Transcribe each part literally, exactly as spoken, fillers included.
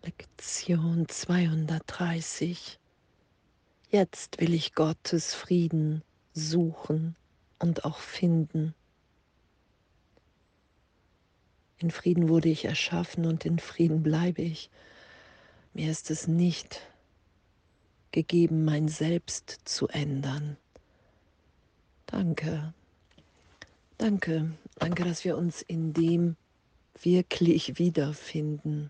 Lektion zweihundertdreißig. Jetzt will ich Gottes Frieden suchen und auch finden. In Frieden wurde ich erschaffen und in Frieden bleibe ich. Mir ist es nicht gegeben, mein Selbst zu ändern. Danke, danke, danke, dass wir uns in dem wirklich wiederfinden.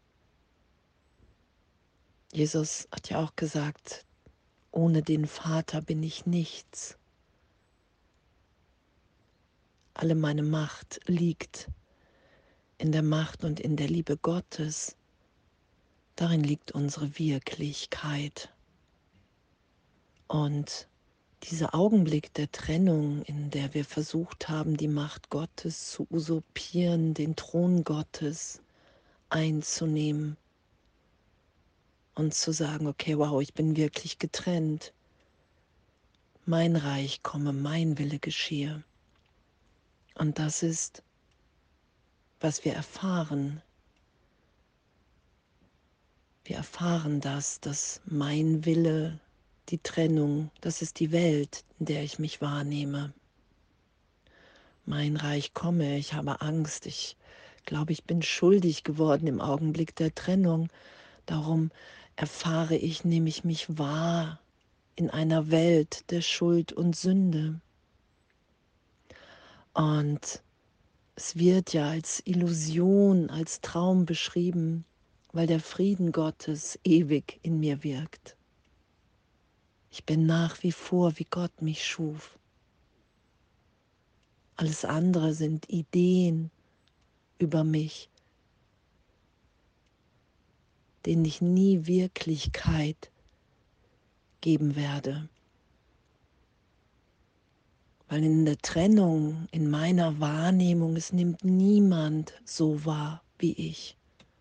Jesus hat ja auch gesagt, ohne den Vater bin ich nichts. Alle meine Macht liegt in der Macht und in der Liebe Gottes. Darin liegt unsere Wirklichkeit. Und dieser Augenblick der Trennung, in der wir versucht haben, die Macht Gottes zu usurpieren, den Thron Gottes einzunehmen und zu sagen, okay, wow, ich bin wirklich getrennt. Mein Reich komme, mein Wille geschehe. Und das ist, was wir erfahren. Wir erfahren das, dass mein Wille, die Trennung, das ist die Welt, in der ich mich wahrnehme. Mein Reich komme, ich habe Angst, ich glaube, ich bin schuldig geworden im Augenblick der Trennung. Darum erfahre ich, nehme ich mich wahr in einer Welt der Schuld und Sünde. Und es wird ja als Illusion, als Traum beschrieben, weil der Frieden Gottes ewig in mir wirkt. Ich bin nach wie vor, wie Gott mich schuf. Alles andere sind Ideen über mich, denen ich nie Wirklichkeit geben werde. Weil in der Trennung, in meiner Wahrnehmung, es nimmt niemand so wahr wie ich.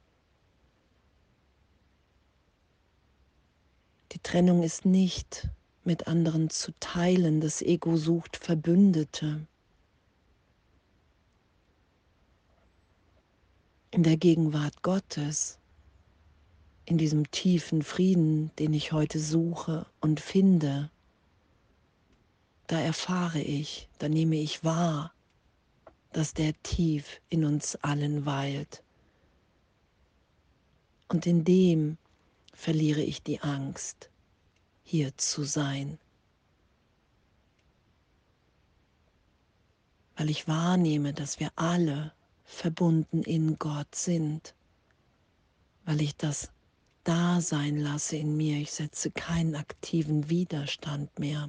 Die Trennung ist nicht mit anderen zu teilen. Das Ego sucht Verbündete. In der Gegenwart Gottes, in diesem tiefen Frieden, den ich heute suche und finde, da erfahre ich, da nehme ich wahr, dass der tief in uns allen weilt. Und in dem verliere ich die Angst, hier zu sein. Weil ich wahrnehme, dass wir alle verbunden in Gott sind. Weil ich das da sein lasse in mir. Ich setze keinen aktiven Widerstand mehr.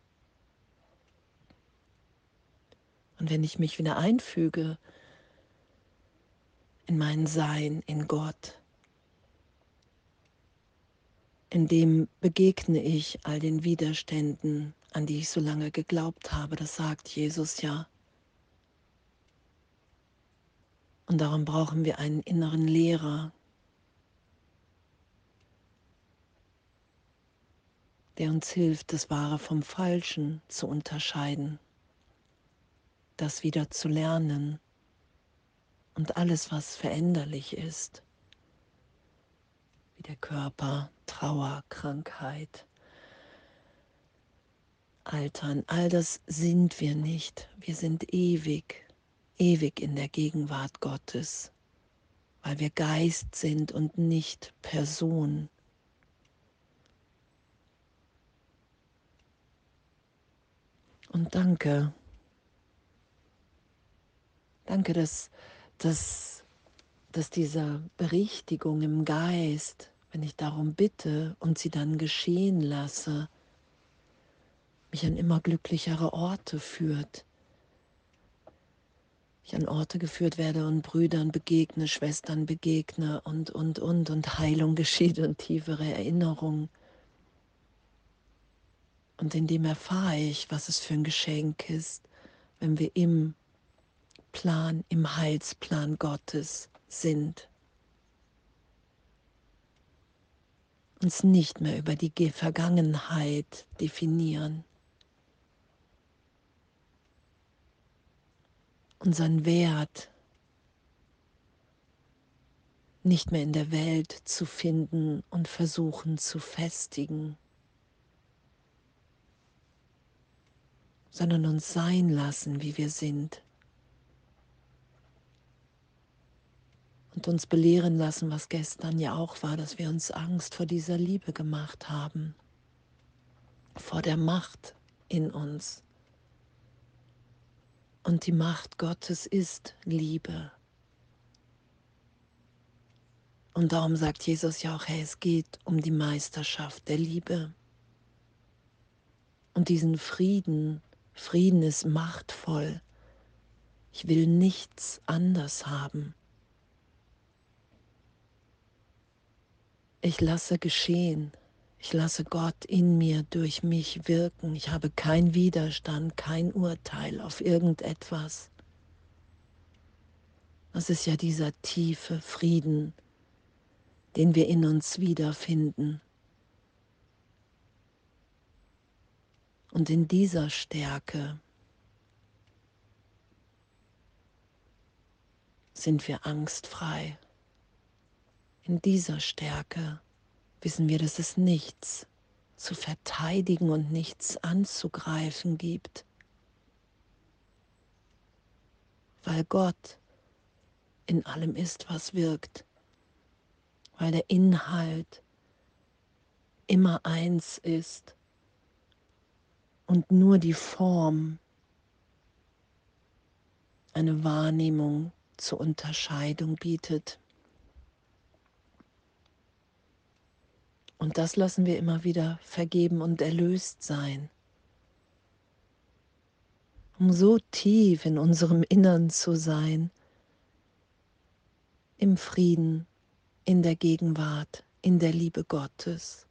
Und wenn ich mich wieder einfüge in mein Sein, in Gott, in dem begegne ich all den Widerständen, an die ich so lange geglaubt habe. Das sagt Jesus ja. Und darum brauchen wir einen inneren Lehrer, der uns hilft, das Wahre vom Falschen zu unterscheiden, das wieder zu lernen und alles, was veränderlich ist, wie der Körper, Trauer, Krankheit, Altern, all das sind wir nicht. Wir sind ewig, ewig in der Gegenwart Gottes, weil wir Geist sind und nicht Person. Und danke, danke, dass, dass, dass diese Berichtigung im Geist, wenn ich darum bitte und sie dann geschehen lasse, mich an immer glücklichere Orte führt. Ich an Orte geführt werde und Brüdern begegne, Schwestern begegne und, und, und, und Heilung geschieht und tiefere Erinnerung. Und in dem erfahre ich, was es für ein Geschenk ist, wenn wir im Plan, im Heilsplan Gottes sind. Uns nicht mehr über die Vergangenheit definieren. Unseren Wert nicht mehr in der Welt zu finden und versuchen zu festigen, sondern uns sein lassen, wie wir sind, und uns belehren lassen, was gestern ja auch war, dass wir uns Angst vor dieser Liebe gemacht haben, vor der Macht in uns. Und die Macht Gottes ist Liebe. Und darum sagt Jesus ja auch, hey, es geht um die Meisterschaft der Liebe. Und diesen Frieden, Frieden ist machtvoll. Ich will nichts anders haben. Ich lasse geschehen. Ich lasse Gott in mir, durch mich wirken. Ich habe keinen Widerstand, kein Urteil auf irgendetwas. Das ist ja dieser tiefe Frieden, den wir in uns wiederfinden. Und in dieser Stärke sind wir angstfrei. In dieser Stärke wissen wir, dass es nichts zu verteidigen und nichts anzugreifen gibt, weil Gott in allem ist, was wirkt, weil der Inhalt immer eins ist und nur die Form eine Wahrnehmung zur Unterscheidung bietet. Und das lassen wir immer wieder vergeben und erlöst sein, um so tief in unserem Innern zu sein, im Frieden, in der Gegenwart, in der Liebe Gottes,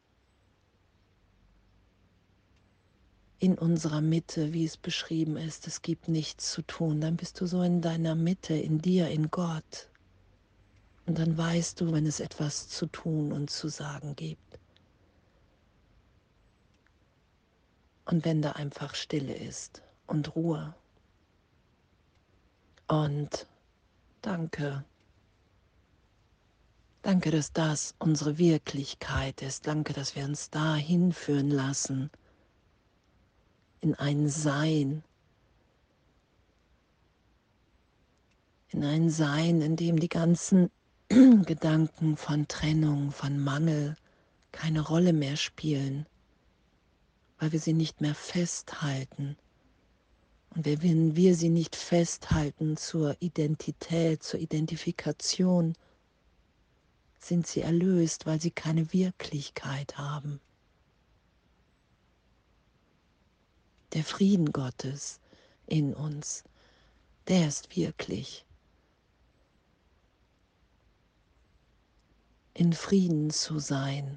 in unserer Mitte, wie es beschrieben ist. Es gibt nichts zu tun. Dann bist du so in deiner Mitte, in dir, in Gott. Und dann weißt du, wenn es etwas zu tun und zu sagen gibt. Und wenn da einfach Stille ist und Ruhe. Und danke. Danke, dass das unsere Wirklichkeit ist. Danke, dass wir uns da hinführen lassen. In ein Sein. In ein Sein, in dem die ganzen Gedanken von Trennung, von Mangel keine Rolle mehr spielen, weil wir sie nicht mehr festhalten. Und wenn wir sie nicht festhalten zur Identität, zur Identifikation, sind sie erlöst, weil sie keine Wirklichkeit haben. Der Frieden Gottes in uns, der ist wirklich. In Frieden zu sein,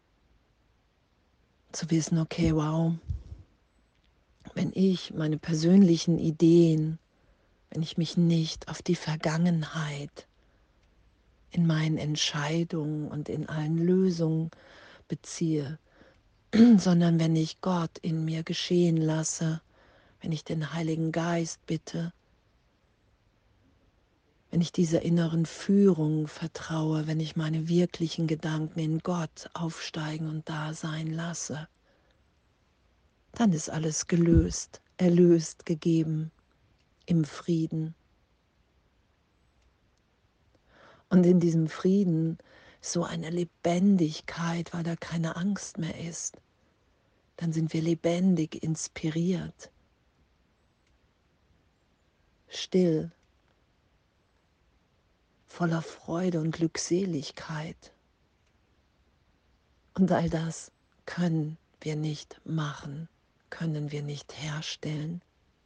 zu wissen, okay, wow, wenn ich meine persönlichen Ideen, wenn ich mich nicht auf die Vergangenheit in meinen Entscheidungen und in allen Lösungen beziehe, sondern wenn ich Gott in mir geschehen lasse, wenn ich den Heiligen Geist bitte, wenn ich dieser inneren Führung vertraue, wenn ich meine wirklichen Gedanken in Gott aufsteigen und da sein lasse, dann ist alles gelöst, erlöst, gegeben im Frieden. Und in diesem Frieden so eine Lebendigkeit, weil da keine Angst mehr ist. Dann sind wir lebendig, inspiriert, still, voller Freude und Glückseligkeit. Und all das können wir nicht machen, können wir nicht herstellen.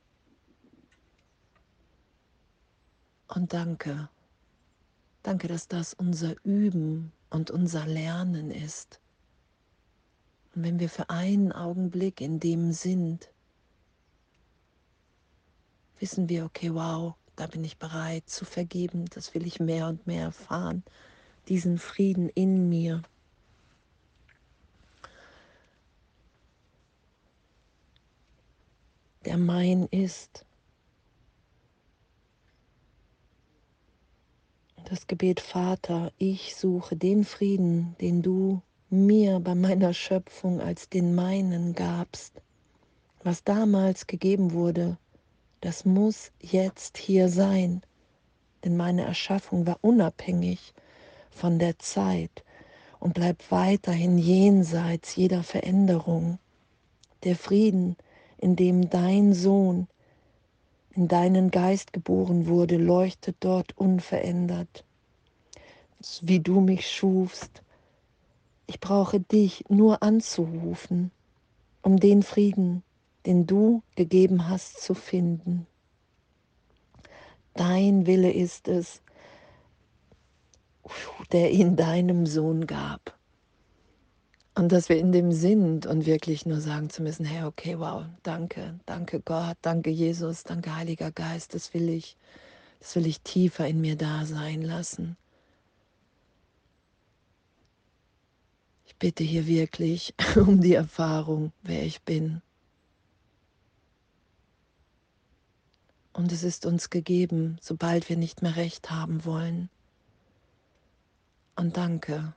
Und danke, danke, dass das unser Üben und unser Lernen ist. Und wenn wir für einen Augenblick in dem sind, wissen wir, okay, wow, da bin ich bereit zu vergeben, das will ich mehr und mehr erfahren, diesen Frieden in mir. Der mein ist. Das Gebet: Vater, ich suche den Frieden, den du mir bei meiner Schöpfung als den meinen gabst. Was damals gegeben wurde, das muss jetzt hier sein, denn meine Erschaffung war unabhängig von der Zeit und bleibt weiterhin jenseits jeder Veränderung. Der Frieden, in dem dein Sohn in deinen Geist geboren wurde, leuchtet dort unverändert, wie du mich schufst. Ich brauche dich nur anzurufen, um den Frieden, den du gegeben hast, zu finden. Dein Wille ist es, der ihn deinem Sohn gab. Und dass wir in dem sind und wirklich nur sagen zu müssen, hey, okay, wow, danke, danke Gott, danke Jesus, danke Heiliger Geist, das will ich, das will ich tiefer in mir da sein lassen. Ich bitte hier wirklich um die Erfahrung, wer ich bin. Und es ist uns gegeben, sobald wir nicht mehr recht haben wollen. Und danke.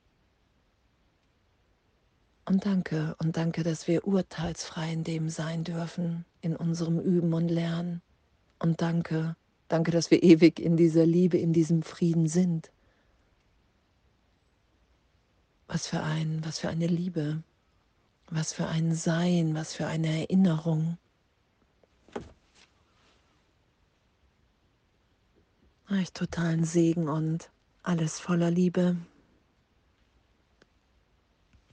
Und danke. Und danke, dass wir urteilsfrei in dem sein dürfen, in unserem Üben und Lernen. Und danke, danke, dass wir ewig in dieser Liebe, in diesem Frieden sind. Was für ein, was für eine Liebe, was für ein Sein, was für eine Erinnerung. Echt totalen Segen und alles voller Liebe.